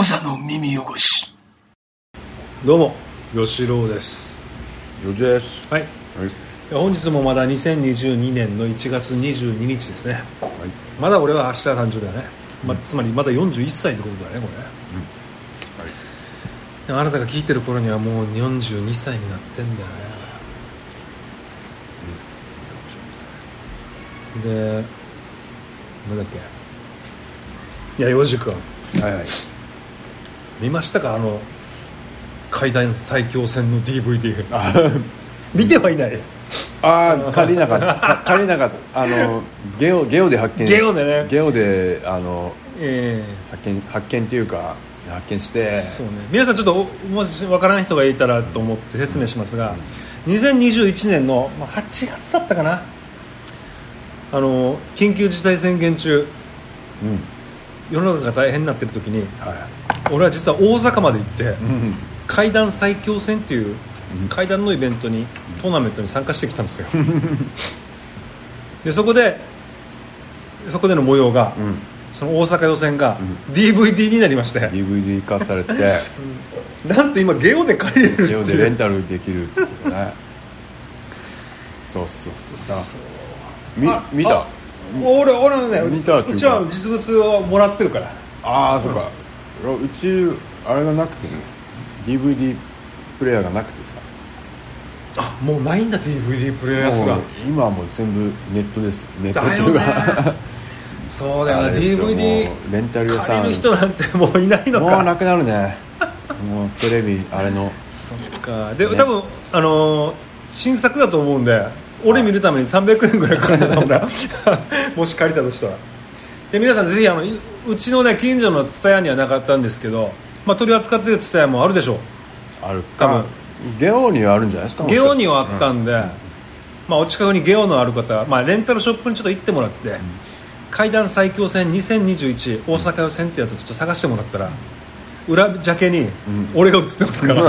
無座の耳汚し。 どうも吉郎です。 よじです。 はい、本日もまだ2022年の1月22日ですね、まだ俺は明日誕生日だね、つまりまだ41歳ってことだねこれ、あなたが聞いてる頃にはもう42歳になってんだよね、でなんだっけ、いや洋次君、見ましたか、怪談最強戦の DVD 見てはいない。 借りなかったゲオで発見、 ゲオでね、 ゲオで発見っていうか発見して、 そうね、皆さんちょっともし分からない人がいたらと思って説明しますが、2021年の8月だったかな、緊急事態宣言中、世の中が大変になってる時に、俺は実は大阪まで行って、怪談最強戦っていう怪談のイベントに、トーナメントに参加してきたんですよでそこでの模様が、その大阪予選が DVD になりまして、 DVD 化されてなんと今ゲオで借りれるっていう、 ゲオでレンタルできるってことねそう見た俺のね、 見たっていうか、 うちは実物をもらってるから。 そうか、うちあれがなくてさ、DVD プレイヤーがなくてさ、 もうないんだ DVD プレイヤーすら。 今はもう全部ネットです。ネットだよねそうだよね、DVD レンタル屋さん借りる人なんてもういないのか。 もうなくなるねもうテレビあれのそっかで、ね、多分新作だと思うんで、俺見るために300円ぐらいかかるんだと思うんだもし借りたとしたら。で皆さんぜひうちのね近所のTSUTAYAにはなかったんですけど、取り扱ってるTSUTAYAもあるでしょう。 あるか、多分ゲオにはあるんじゃないですか。 ゲオにはあったんで、お近くにゲオのある方は、レンタルショップにちょっと行ってもらって、怪談最強戦2021大阪予選ってやつをちょっと探してもらったら、裏ジャケに俺が映ってますから、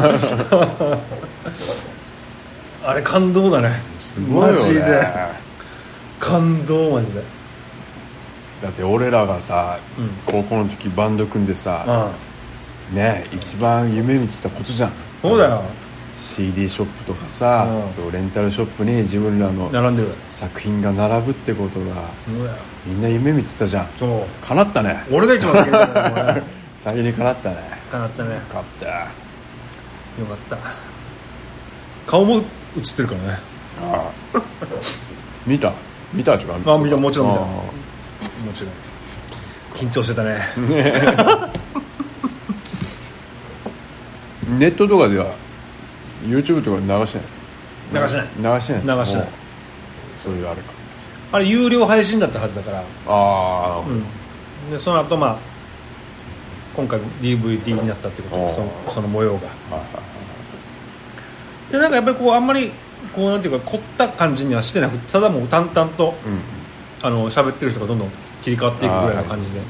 あれ感動だね。 すごいよね、 マジで感動。マジでだって俺らがさ、高校の時バンド組んでさ、ね、一番夢見てたことじゃん。 そうだよ。 CD ショップとかさ、そうレンタルショップに自分らの並んでる作品が並ぶってことがみんな夢見てたじゃん。 そう叶ったね。 俺が一番先にだね先に叶ったね。 叶ったね。 よかった、 よかった。顔も映ってるからね。 見たっていうか、 見た、もちろん見た。もちろん緊張してたねネットとかでは YouTube とかで流してない。 流してないそういうあれか。 あれ有料配信だったはずだから。でその後今回 DVD になったってことで、その模様が、でなんかやっぱりあんまりなんていうか凝った感じにはしてなくて、ただもう淡々と喋ってる人がどんどん切り替わっていくぐらいな感じで、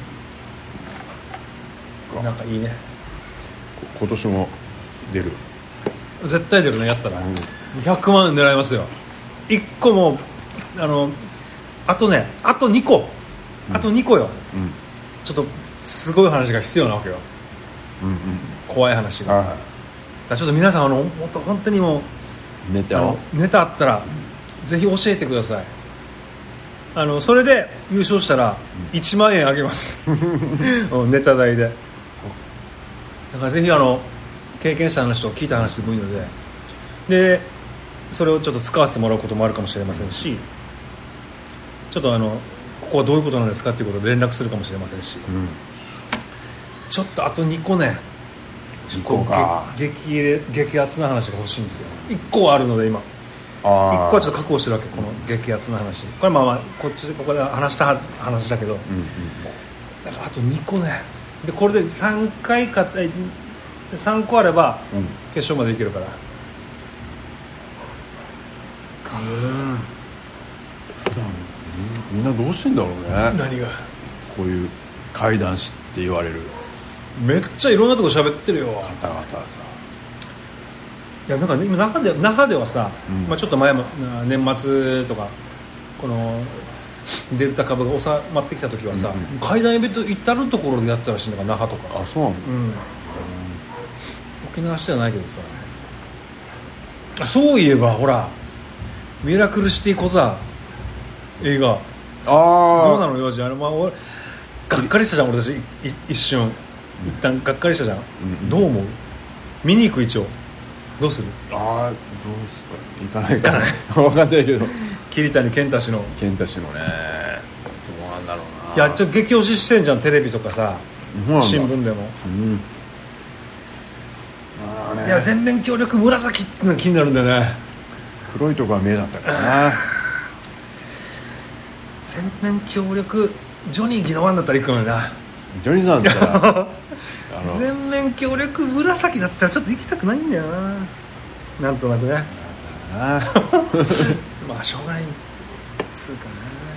なんかいいね。 今年も出る。 絶対出るね。やったら200万円狙いますよ。1個もあと2個あと2個よ、ちょっとすごい話が必要なわけよ、怖い話が、ちょっと皆さんもっと本当にもうネタあったらぜひ教えてください。それで優勝したら1万円あげますネタ代で。だからぜひ経験した話と聞いた話でもいいので、それをちょっと使わせてもらうこともあるかもしれませんし、ちょっとここはどういうことなんですかっていうことで連絡するかもしれませんし、ちょっとあと2個ね、 2個か激アツな話が欲しいんですよ。1個はあるので今1個はちょっと確保してるわけ。この激アツな話、これここで話した話だけど、だからあと2個ね。でこれで3個あれば決勝までいけるから。 普段みんなどうしてんだろうね。 何がこういう怪談師って言われるめっちゃいろんなとこ喋ってるよ方々はさ。 いやなんか今那覇ではさ、ちょっと前も年末とかこのデルタ株が収まってきた時はさ、階段イベント至る所でやってたらしいんだから、那覇とか。 あ、そうなんだ、 沖縄市じゃないけどさ。そういえばほらミラクルシティコザ映画どうなのよじゃん。俺がっかりしたじゃん俺たち一瞬一旦がっかりしたじゃん、どう思う？見に行く一応どうする？ どうすか、行かないかな分かんないけど桐谷健太氏のね、どうなんだろうな。 いやちょっと激推ししてんじゃん、テレビとかさ新聞でも、いや全面協力紫ってのが気になるんだよね。 黒いとこは目だったからな全面協力ジョニー・ギノワンだったら行くのにな。 ジョニーさんだったら全面協力紫だったらちょっと行きたくないんだよな、なんとなくねまあしょうがないつうか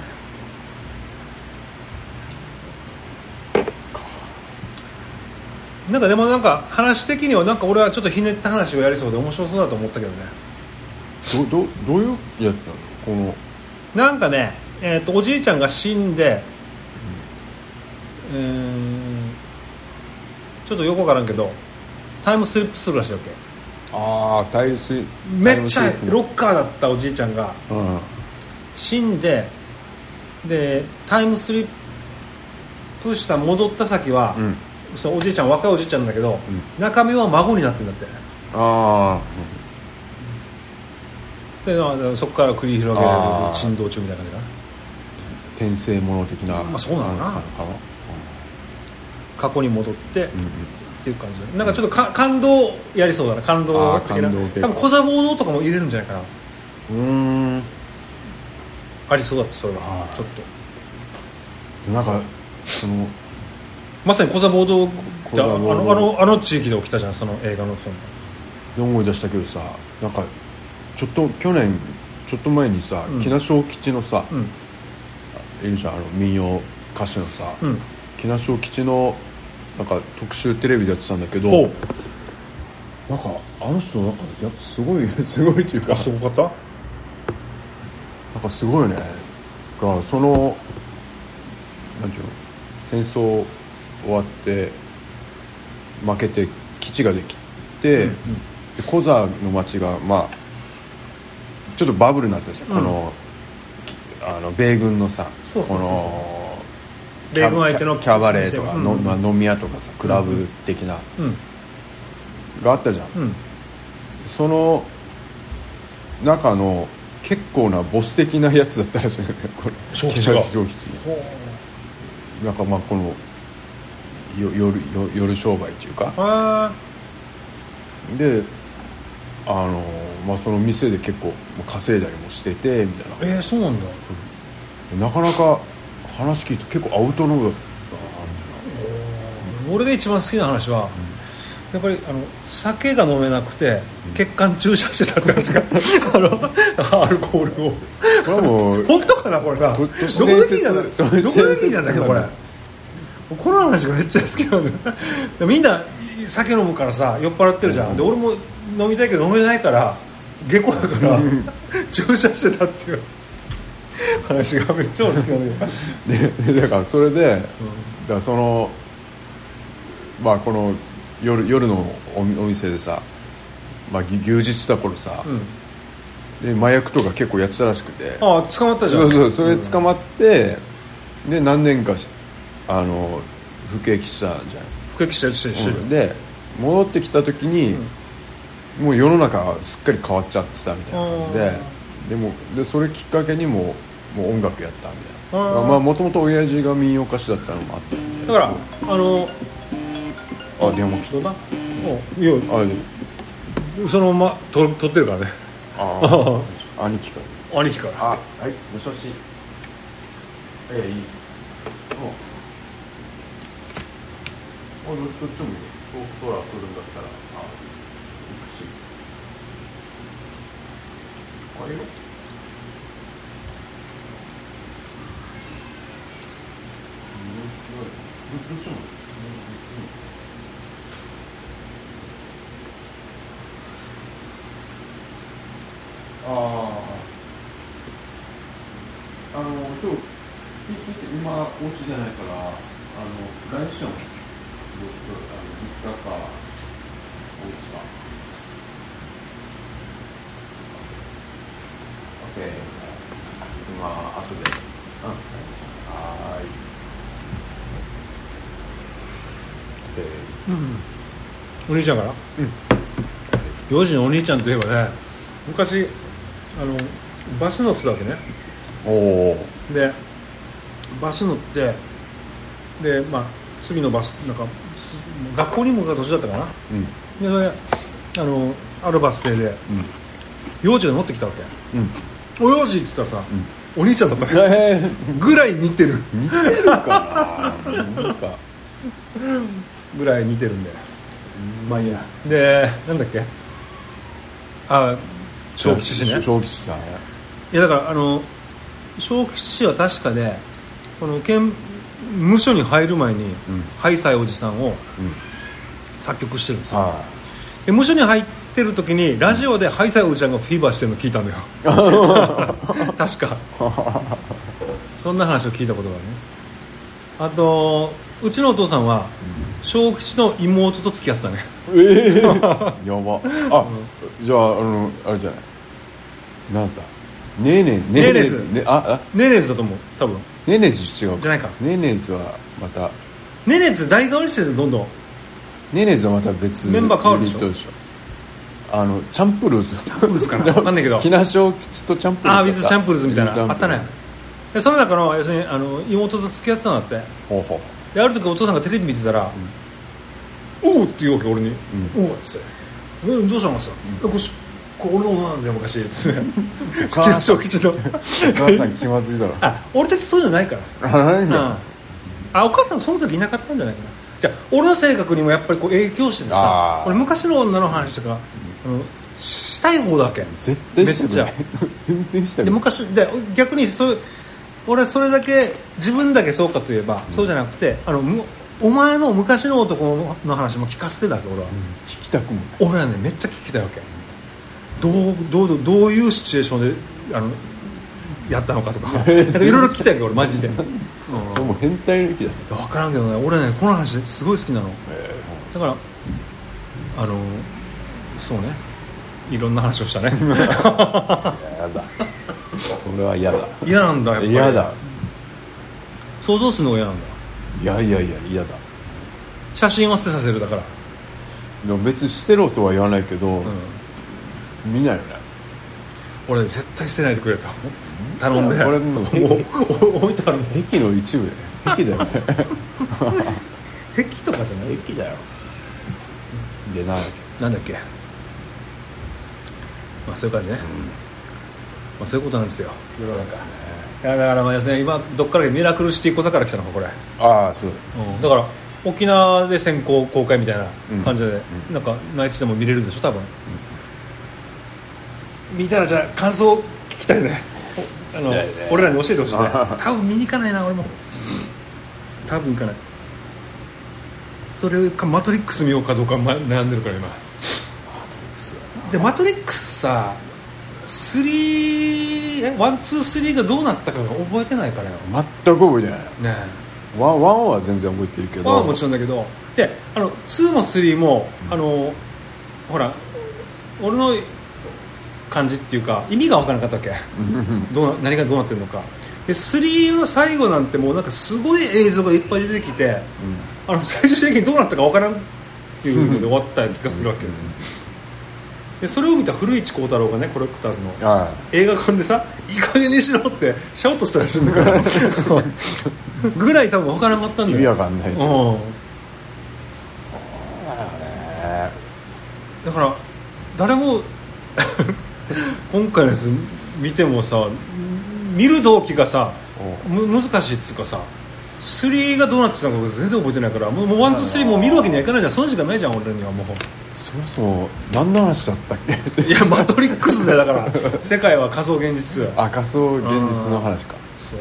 な。なんかでもなんか話的にはなんか俺はちょっとひねった話をやりそうで面白そうだと思ったけどね。 どういうやつなのこの。 なんかね、おじいちゃんが死んで、ちょっとよくわからんけどタイムスリップするらしいわけ。 タイムスリップめっちゃロッカーだったおじいちゃんが死んで、でタイムスリップした戻った先は、そのおじいちゃん若いおじいちゃんだけど、中身は孫になってるんだって。でそこから繰り広げられる珍道中みたいな感じかな。 転生もの的な、 そうなのかな、過去に戻って、っていう感じでなんかちょっと感動やりそうだな。感動的な。多分小座暴動とかも入れるんじゃないかな。ありそうだって。それはちょっとなんかそのまさに小座暴動ってあの地域で起きたじゃん、その映画のそので思い出したけどさ、なんか去年ちょっと前にさ、木梨小吉のさ、いるじゃん、民謡歌手のさ、木梨小吉のなんか特集テレビでやってたんだけど、なんかあの人なんかやっぱすごいっていうか、 すごかった。 なんかすごいね。がそのなんていうの、戦争終わって負けて基地ができて、でコザの町がまあちょっとバブルになったじゃん、この米軍のさ、この米軍相手のキャバレーとか、飲み屋とかさ、クラブ的な、があったじゃん、その中の結構なボス的なやつだったらしいよね、これ小吉が。 なんかまあこの夜商売っていうかでまあ、その店で結構稼いだりもしててみたいな。 そうなんだ。 なかなか話聞いて結構アウトローだった。 俺が一番好きな話は、やっぱり酒が飲めなくて血管注射してたって話がアルコールを。これはもう本当かなこれな。どこで聞いたんだっけこれ。この話がめっちゃ好きなんだよ。みんな酒飲むからさ酔っ払ってるじゃん。で俺も飲みたいけど飲めないから下戸だから注射してたっていう話がめっちゃ好きなんだよ。 だからそれで、だからそのまあこの夜のお店でさ、まあ、牛耳した頃さ、で麻薬とか結構やってたらしくて、 捕まったじゃん。 そうそれで捕まって、で何年か服役したんじゃん。 服役したしてる、 で戻ってきた時に、もう世の中はすっかり変わっちゃってたみたいな感じで、それきっかけにもう音楽やったみたいな。まあもともと親父が民謡歌手だったのもあったんで。 だから電話来た。 いやそのまま撮ってるからね。 兄貴から。はい、もしもし。いい。どっちもいい。空来るんだったら行くし。あれよ。どっちも。ちょっとお家じゃないから来週も実家かお家か。OK。今後で。はーい。 お兄ちゃんから、幼児のお兄ちゃんといえばね、昔バス乗ってたわけね。 おお。 でバス乗ってで、次のバスなんか学校に向かう途中だったかな、でそれあるバス停で、幼児が乗ってきたわけ、お幼児って言ったらさ、お兄ちゃんだったね、ぐらい似てるかななんかぐらい似てるんで、まあいいや。でなんだっけ、小吉氏ね。 小吉さん。 いやだから小吉氏は確かね、この無所に入る前に、ハイサイおじさんを作曲してるんですよ。で無所に入ってる時にラジオでハイサイおじちゃんがフィーバーしてるの聞いたんだよ確かそんな話を聞いたことがあるね。あとうちのお父さんは、小吉の妹と付き合ってたね。 やば。じゃああれじゃない、なんだネーネーズネーネーズだと思う、多分。 ネーネーズ違うか。 じゃないか。 ネーネーズはまたネーネーズ代替わりしてる、どんどん。 ネーネーズはまた別メンバー変わるでしょ。 チャンプルーズかな分かんないけど、 木梨小吉とチャンプルーズ、 ウィズチャンプルーズみたいなあったね。でその中の要するに妹と付き合ってたんだって。 ほうほう。 である時お父さんがテレビ見てたら、おうって言うわけ俺に、おうっつって、どうしたのさ、これ俺の女なんだよ昔っつって小吉のお母さん気まずいだろ俺たちそうじゃないから。お母さんその時いなかったんじゃないかな。じゃあ俺の性格にもやっぱり影響しててさ、俺昔の女の話とかしたい方だけ。 絶対したくない全然したくない。 で昔で逆に俺それだけ自分だけそうかといえば、そうじゃなくてお前の昔の男の話も聞かせてだけ俺は、 聞きたくもない。 俺はねめっちゃ聞きたいわけ。どういうシチュエーションでやったのかとかいろいろ聞きたいけど俺マジでもう変態の域だ。 分からんけどね、俺ねこの話すごい好きなの。だからそうね、いろんな話をしたねやだそれは嫌だ。 嫌なんだやっぱり。 嫌だ。 想像するのが嫌なんだ。 いや嫌だ。 写真は捨てさせるだから。 でも別に捨てろとは言わないけど、見ないよね。 俺絶対捨てないでくれと頼んで、 これもう置いてあるもん。 壁の一部だよ。壁だよね壁とかじゃない。 壁だよ。でなんだっけ、そういう感じね、そういうことなんですよ世の中。だから要するに今どっからミラクルシティ小坂から来たのかこれ。 そうだから沖縄で先行公開みたいな感じで、なんか内地でも見れるでしょ多分。見たらじゃあ感想聞きたいね。俺らに教えてほしいね。多分見に行かないな俺も。多分行かない。それかマトリックス見ようかどうか悩んでるから今。でマトリックスさ1、2、3がどうなったかが覚えてないからよ。 全く覚えてないね。 1は全然覚えてるけど、 1はもちろんだけど、で2も3もほら俺の感じっていうか意味が分からなかったっけ何がどうなってるのか。で3の最後なんてもうなんかすごい映像がいっぱい出てきて、最終的にどうなったか分からんっていうので終わった気がするわけ。でそれを見た古市幸太郎がねコレクターズの映画館でさ、いい加減にしろってシャウトしたらしいんだからぐらい多分分からなかったんだよ。 意味わかんない。 だから誰も今回のやつ見てもさ、見る動機がさ難しいっつうかさ、3がどうなってたのか全然覚えてないから、もう1、2、3も見るわけにはいかないじゃん。その時間ないじゃん俺にはもう。 そもそも何の話だったっけいやマトリックスだよ。だから世界は仮想現実。 仮想現実の話か。 そう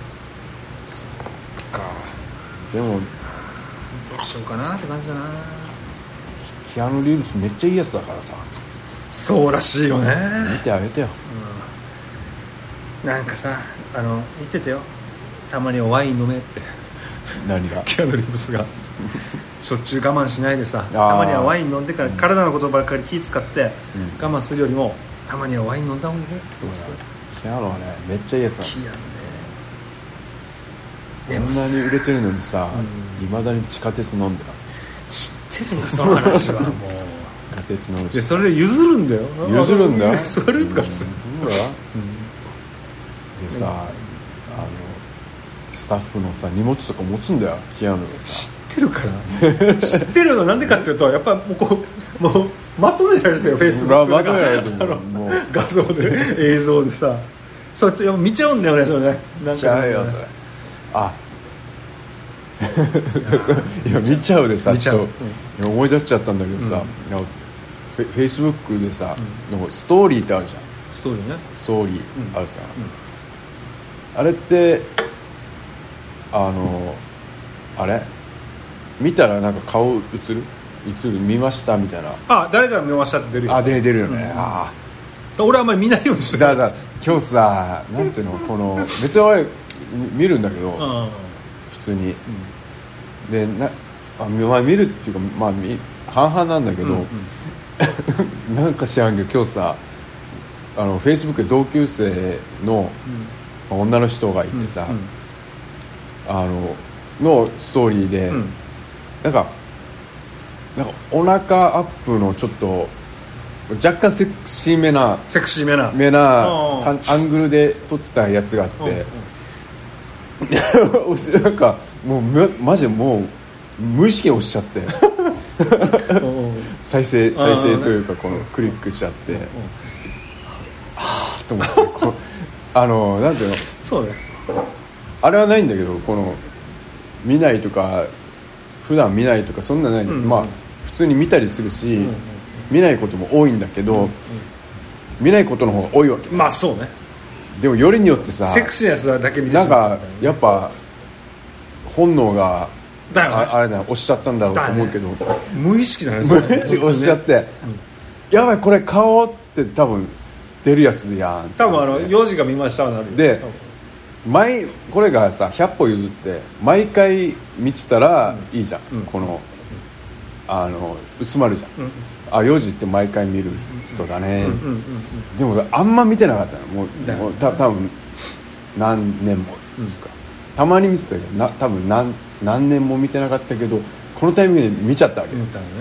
か。でもどうしようかなって感じだな。 キアヌ・リーブスめっちゃいいやつだからさ。 そうらしいよね。 見てあげてよ。 なんかさ言っててよ、 たまにはワイン飲めって何がキアヌ・リーブスがしょっちゅう我慢しないでさ、たまにはワイン飲んでから体のことばっかり気使って我慢するよりも、たまにはワイン飲んだ方がいいぜって言ってた。 キアヌはねめっちゃいいやつなの。 キアヌね、 こんなに売れてるのにさ、いまだに地下鉄飲んでる。 知ってるよその話はもう地下鉄飲むでそれで譲るんだよ。 譲るんだよ。 座るとかっつって、 でさ、スタッフのさ荷物とか持つんだよキアヌがさ。 知ってるから知ってるのなんでかっていうと、やっぱもうこうもうまとめられてるフェイスブックまとめられてるもう画像で映像でさ、そうやって見ちゃうんだよね、それね。 見ちゃうよそれ。あいや見ちゃうでさ、ちょっと思い出しちゃったんだけどさ、フェイスブックでさ、ストーリーってあるじゃん。 ストーリーね。 ストーリーあるさ、あれってあれ見たらなんか顔映る見ましたみたいな。 あ、誰から見ましたって出るよ。 あ、出るよね。あ俺はあんまり見ないようにしてだから今日さ、なんていうのこの別に俺見るんだけど、普通に、でまあ、見るっていうか、まあ、半々なんだけど、なんか知らんけど今日さフェイスブックで同級生の女の人がいてさ、のストーリーで、なんかお腹アップのちょっと若干セクシーめなアングルで撮ってたやつがあって、なんかもうマジでもう無意識に押しちゃって再生というかこのクリックしちゃって、はぁと思ってなんていうの、 そうね、 あれはないんだけど、この見ないとか普段見ないとかそんなない、まあ普通に見たりするし、見ないことも多いんだけど、見ないことの方が多いわけ。 まあそうね。 でもよりによってさ、 セクシーなやつだけ見てなんかやっぱ本能があれだよ、押しちゃったんだろうと思うけど、 無意識だね。 押しちゃって、やばいこれ買おうって多分出るやつでやん。 多分4時が見ましたなるで、これがさ100歩譲って毎回見てたらいいじゃん、この薄まるじゃん、4時って毎回見る人だね、でもあんま見てなかったの。もう多分何年もっていうか、たまに見てたけど多分何年も見てなかったけど、このタイミングで見ちゃったわけ。 見たね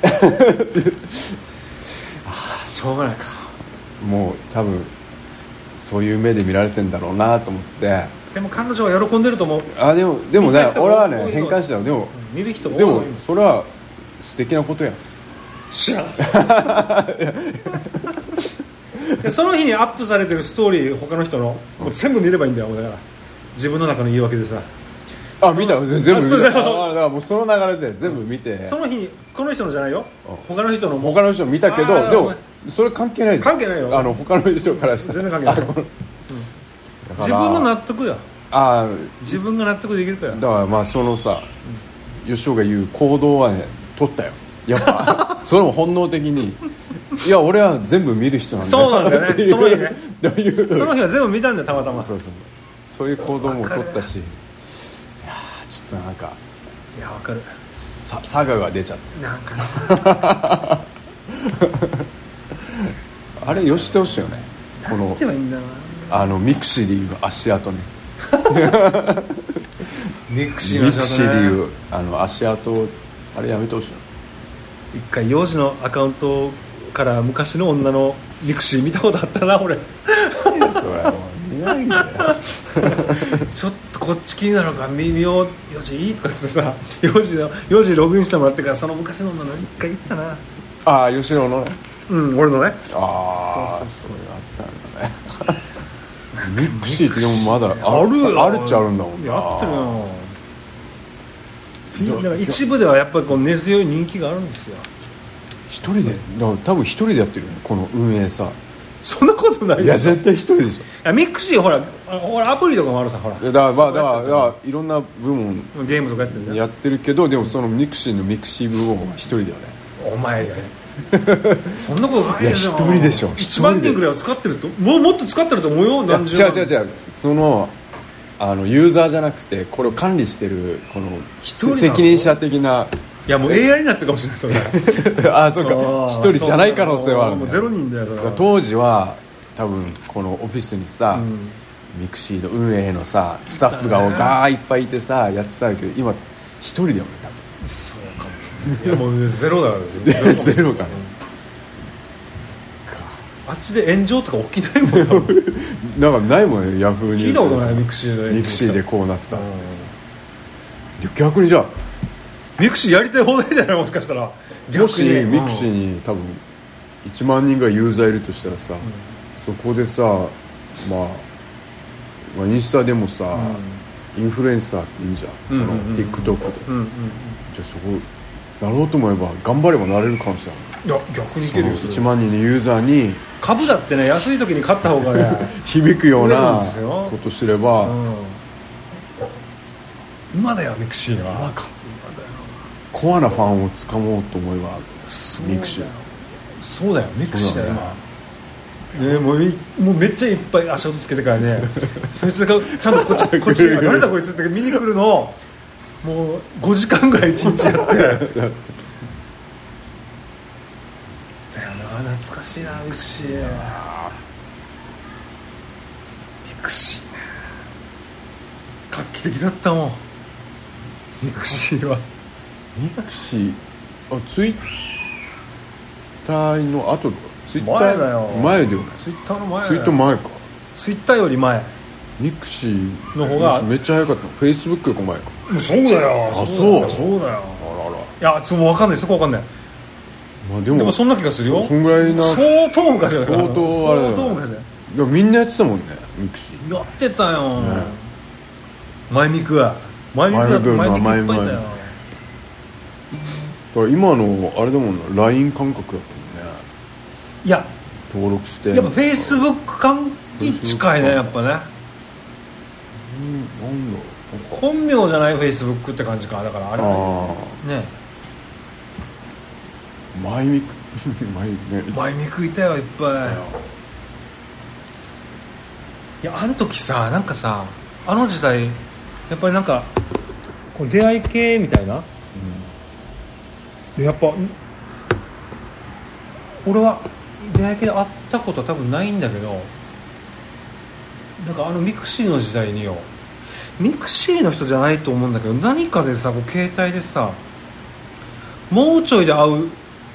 しょうがないか。 もう多分そういう目で見られてんだろうなと思って。 でも彼女は喜んでると思う。 でもね、俺はね変換したよ。でも見る人でもそれは素敵なことやん。 知らんその日にアップされてるストーリー、他の人のもう全部見ればいいんだよ。だから自分の中の言い訳でさ、 見た、全部見た。だからもうその流れで全部見て、 その日にこの人のじゃないよ、他の人の見たけど、でもそれ関係ないです。 関係ないよ。 他の人からしたら全然関係ない自分の納得よ。自分が納得できるから。 だからまあそのさ、吉尾が言う行動はね取ったよ、やっぱそれも本能的に、いや俺は全部見る人なんだよ。 そうなんだよね。その日ねその日は全部見たんだよ、たまたま。 そういう行動も取ったし、いやちょっとなんか、 いやわかる、 差が出ちゃってなんかあれよしてほしいよね。このなんて言えばいいんだろうな、 ミクシーでいう足跡ねミクシーの足跡ね。 でいう足跡、あれやめてほしい。 一回幼児のアカウントから昔の女のミクシー見たことあったな俺。 それ見ないんだよちょっとこっち気になるから見よう、幼児いいとかってさ、幼児ログインしてもらってから、その昔の女の一回行ったな。 吉野のね、 俺のね。 そうれがあったんだねミクシーってでもまだあるっちゃあるんだもんな。 やってるよ。だから一部ではやっぱりこう根強い人気があるんですよ。 一人で、多分一人でやってるよね、この運営さ。 そんなことないよ。 いや絶対一人でしょ。 ミクシーほらアプリとかもあるさ、ほら。 だからいろんな部門ゲームとかやってるんだよ。 やってるけど、でもそのミクシーのミクシー部門は一人だよね。 お前がねそんなことないよ。 一人でしょ。 1万人ぐらいは使ってると、もっと使ってると思うよ。何十万。 違うそのユーザーじゃなくてこれを管理してるこの人責任者的な。 いやもう AI になってるかもしれないそれあそうか一人じゃない可能性はあるんだよ。 もう0人だよそれは。 当時は多分このオフィスにさ、ミクシーの運営のさスタッフがガーいっぱいいてさやってたけど今一人だよね多分。 そうかも。いやもうゼロだよゼロかね。 あっちで炎上とか起きないもん多分なんかないもんねヤフーニュースで。 聞いたことないミクシーの炎上。 ミクシーでこうなったってさ。逆にじゃあミクシーやりたい放題じゃないもしかしたら。 もしミクシーに多分1万人がユーザーいるとしたらさ、そこでさ、まあインスタでもさ、インフルエンサーっていいんじゃん、この TikTok で、じゃあそこなろうと思えば頑張ればなれる可能性ある。 いや逆にいけるよ。 1万人のユーザーに株だってね安い時に買った方がね響くようなことすれば、 今だよミクシーは。 今か。コアなファンをつかもうと思えばミクシー。 そうだよミクシーだよ今ね。もうめっちゃいっぱい足音つけてからねそいつがちゃんとこっちに誰だこいつって見に来るのをもう5時間ぐらい1日やってだよな。懐かしいなミクシー。ミクシー画期的だったもんミクシーは。 ミクシーツイッターの後ツイッター前だよ。 前だよね。 ツイッターの前だよ。 ツイッター前か。 ツイッターより前。 ミクシーの方がめっちゃ早かった。フェイスブックより前か。 そうだよ。 そうだよ。 あらら。 いやちょっと分かんないそこ分かんない。 まあ、 でもそんな気がするよ。 そんぐらいな相当昔だよ。 相当あれだよ。相当昔だよ。でもみんなやってたもんねミクシー。 やってたよ。 ね、 マイミクはマイミクだとマイミクいっぱいだよ。 だから今のあれだもんな LINE 感覚だったもんね。 いや登録してやっぱフェイスブック感に近いねやっぱね。 なんだ本名じゃないフェイスブックって感じか。だからあれねマイミクマイミクいたよいっぱい。いやあの時さなんかさあの時代やっぱりなんかこう出会い系みたいな、でやっぱ俺は出会い系で会ったことは多分ないんだけど、なんかミクシーの時代によミクシーの人じゃないと思うんだけど何かでさこう携帯でさもうちょいで会う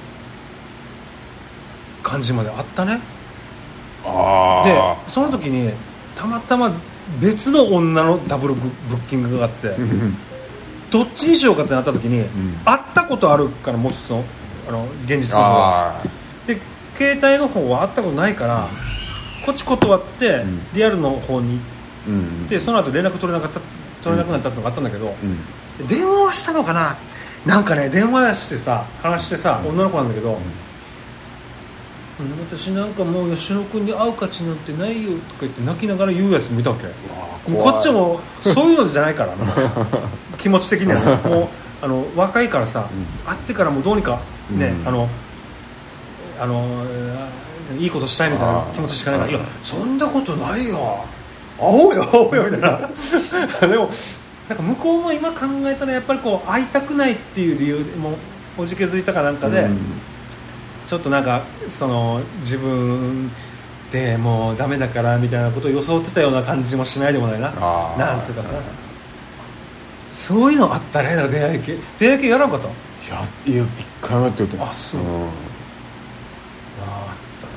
感じまであったね。でその時にたまたま別の女のダブルブッキングがあってどっちにしようかってなった時に、会ったことあるからもう一つの現実の方はで携帯の方は会ったことないからこっち断って、リアルの方に行って、その後連絡取れなくなったってのがあったんだけど、電話はしたのかな。なんかね電話してさ話してさ、女の子なんだけど、私なんかもう吉野君に会う価値なんてないよとか言って泣きながら言うやつ見たわけ。もうこっちもそういうのじゃないから気持ち的には、ね、もう若いからさ、会ってからもうどうにかね、いいことしたいみたいな気持ちしかないから、いやそんなことないよ会おうよみたいなでもなんか向こうも今考えたらやっぱりこう会いたくないっていう理由でもうおじけづいたかなんかで、ちょっとなんか自分でもうダメだからみたいなことを装ってたような感じもしないでもないな。なんつうかさ、そういうのあったね。だから出会い系やらなかった。 いや一回もやってると思う。 あそう、あったね。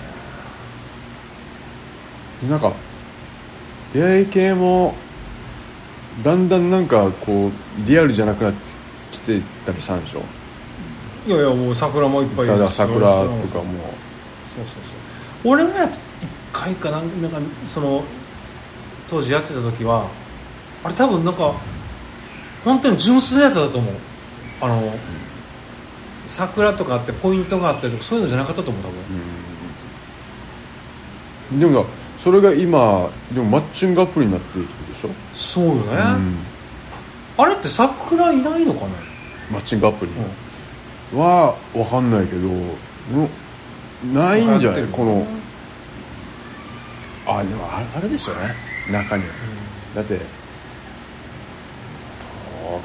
でなんか出会い系もだんだんなんかこうリアルじゃなくなってきてたりしたんでしょ。 いやいやもう桜もいっぱいいるし、 桜とかもそう俺が一回かなんか当時やってた時はあれ多分なんか本当に純粋なやつだと思う。桜とかあってポイントがあったりとかそういうのじゃなかったと思う多分。 でもそれが今でもマッチングアプリになってるってことでしょ。 そうよね、あれって桜いないのかね。 マッチングアプリ、は分かんないけどないんじゃないこのでもあれでしょうね中には、だって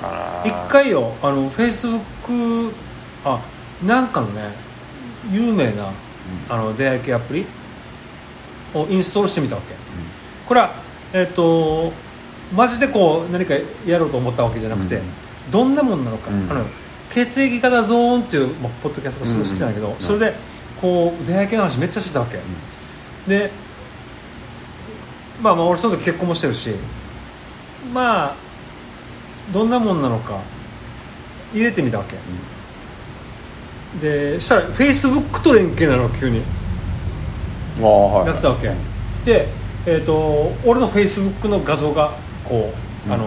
かな。 一回よフェイスブックなんかのね有名な、出会い系アプリをインストールしてみたわけ、これはマジでこう何かやろうと思ったわけじゃなくて、どんなもんなのか、血液型ゾーンっていう、ポッドキャストがすごい好きなんだけど、それでこう出会い系の話めっちゃしてたわけ、で俺その時結婚もしてるし、どんなもんなのか入れてみたわけ、でしたらフェイスブックと連携なの急にやってたわけ、で、俺のフェイスブックの画像がこう、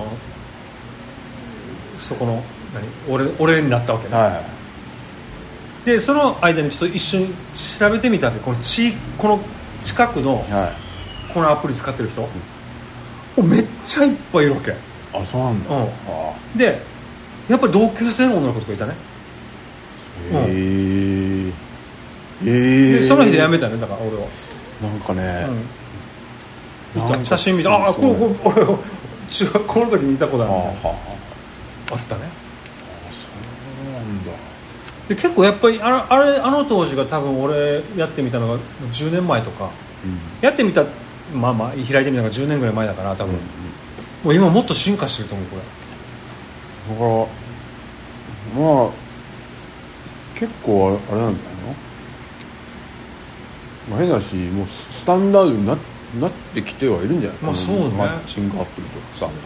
そこの俺になったわけね、でその間にちょっと一緒に調べてみたわけ、この近くの、このアプリ使ってる人、めっちゃいっぱいいるわけ。 あ、そうなんだ、 でやっぱり同級生の女の子とかいたね。でその日でやめたね、だから俺はなんかね、 写真見て、これ俺中学校の時にいた子だみたいな、あったね。 そうなんだ。 で結構やっぱりあの当時が多分俺やってみたのが10年前とか、やってみた開いてみたのが10年ぐらい前だから多分、もう今もっと進化してると思うこれ。 だから結構あれなんじゃないの、変だしもうスタンダードになってきてはいるんじゃない、 そうね、 マッチングアプリとかさ、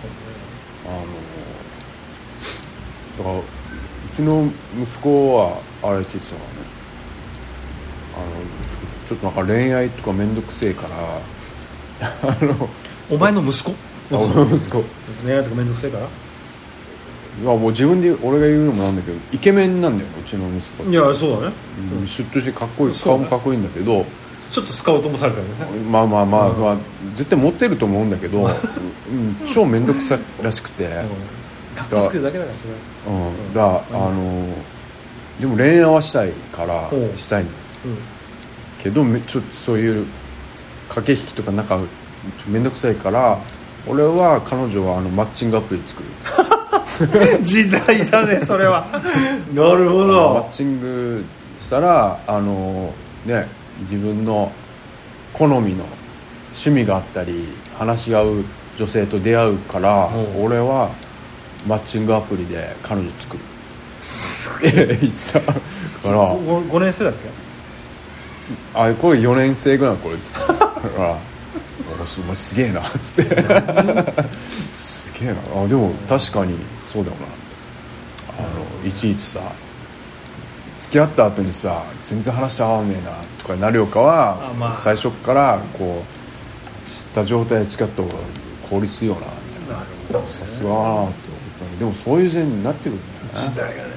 だからうちの息子はあれって言ってたからね、ちょっとなんか恋愛とかめんどくせえからお前の息子俺の息子恋愛とかめんどくせえから、 もう自分で俺が言うのもなんだけどイケメンなんだようちの息子。 いやそうだね、 シュッとしてかっこいい、顔もかっこいいんだけど、 ちょっとスカウトもされたよね。 絶対モテると思うんだけど、超めんどくさらしくて、 かっこつけるだけだからそれ、 でも恋愛はしたいからしたいんだけど、ちょっとそういう駆け引きとかなんかめんどくさいから、俺は彼女はマッチングアプリ作る時代だねそれはなるほど。 マッチングしたら自分の好みの趣味があったり話し合う女性と出会うから、俺はマッチングアプリで彼女作る言ってたから 5年生だっけ、 これ4年生ぐらいの頃言ってたからお前すげえなっつってすげえな。でも確かにそうだよな、いちいちさ付き合った後にさ全然話し合わねえなとかなるよかは、最初からこう知った状態で付き合った方が効率いいよなみたいな、さすがだなって思った。でもそういう時代になってくるんだよね、 時代がね。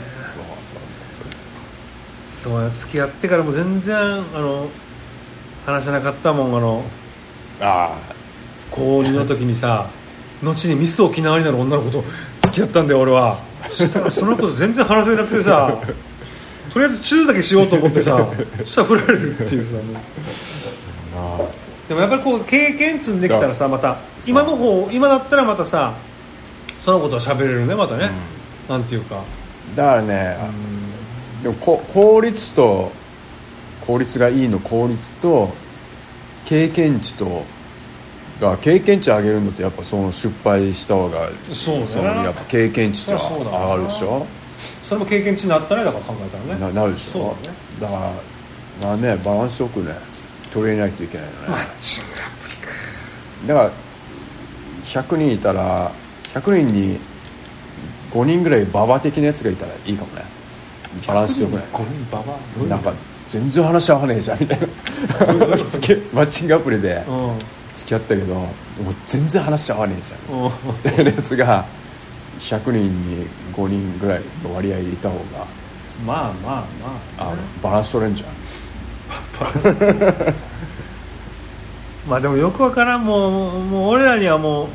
そう付き合ってからも全然話せなかったもん。高2の時にさ後にミス沖縄になる女の子と付き合ったんだよ俺は。したらその子と全然話せなくてさとりあえずチューだけしようと思ってさしたら振られるっていうさでもやっぱりこう経験積んできたらさまた今だったらまたさそのことは喋れるねまたね、なんていうかだからね、でも効率がいいの効率と経験値と経験値上げるのってやっぱその失敗した方がそうね、 やっぱ経験値って上がるでしょ。 それも経験値になったねだから考えたらねなるでしょ。だからバランスよくね取り入れないといけないよね。 マッチングアプリか。 だから100人いたら100人に5人ぐらいババ的なやつがいたらいいかもね。バランスよくね。 5人ババなんか全然話し合わねえじゃんみたいなマッチングアプリで付き合ったけどもう全然話し合わねえじゃんみたいなやつが100人に5人ぐらいの割合でいた方がバランス取れんじゃん。 まあでもよくわからんもう俺らにはも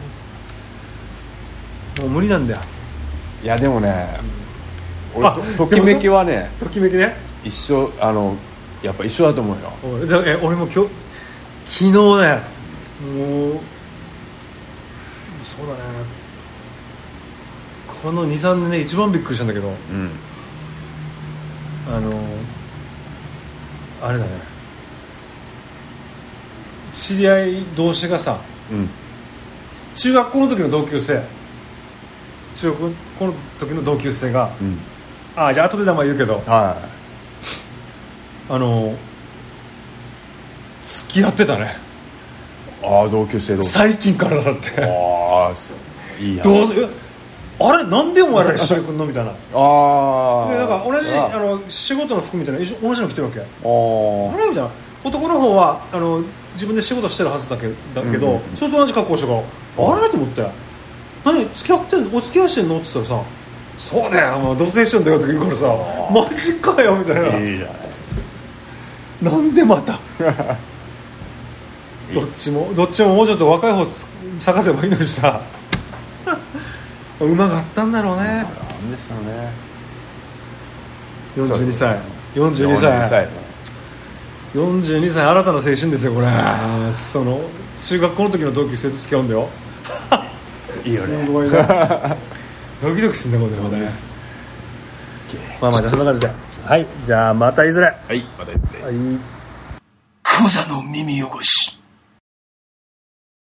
う無理なんだよ。 いやでもね、俺ときめきはねときめきね一緒やっぱ一緒だと思うよ。 俺も昨日ねもうそうだねこの 2,3 年で一番びっくりしたんだけど、あれだね、知り合い同士がさ、中学校の時の同級生が、じゃあ後で名前言うけど、付き合ってたね。 同級生同士最近からだって。 いい話。あれなんでお前ら一緒に来んのみたいな。なんか同じ仕事の服みたいな同じの着てるわけ。あれみたいな。男の方は自分で仕事してるはずだけど、それと同じ格好してから、あれと思って、何付き合ってんの、お付き合いしてんのって言ったらさ、そうね、もう同棲してんだよって言うからさ、マジかよみたいな。いいじゃないですか。なんでまたどっちももうちょっと若い方探せばいいのにさうまかったんだろうね。 なんですよね。 42歳新たな青春ですよこれ。その中学校の時の同級生と付き合うんだよいいよね。すごいなドキドキするんだこれまたね。まあじゃあそんな感じで、はい、じゃあまたいずれ。 はい、またいずれ。 クザの耳汚し。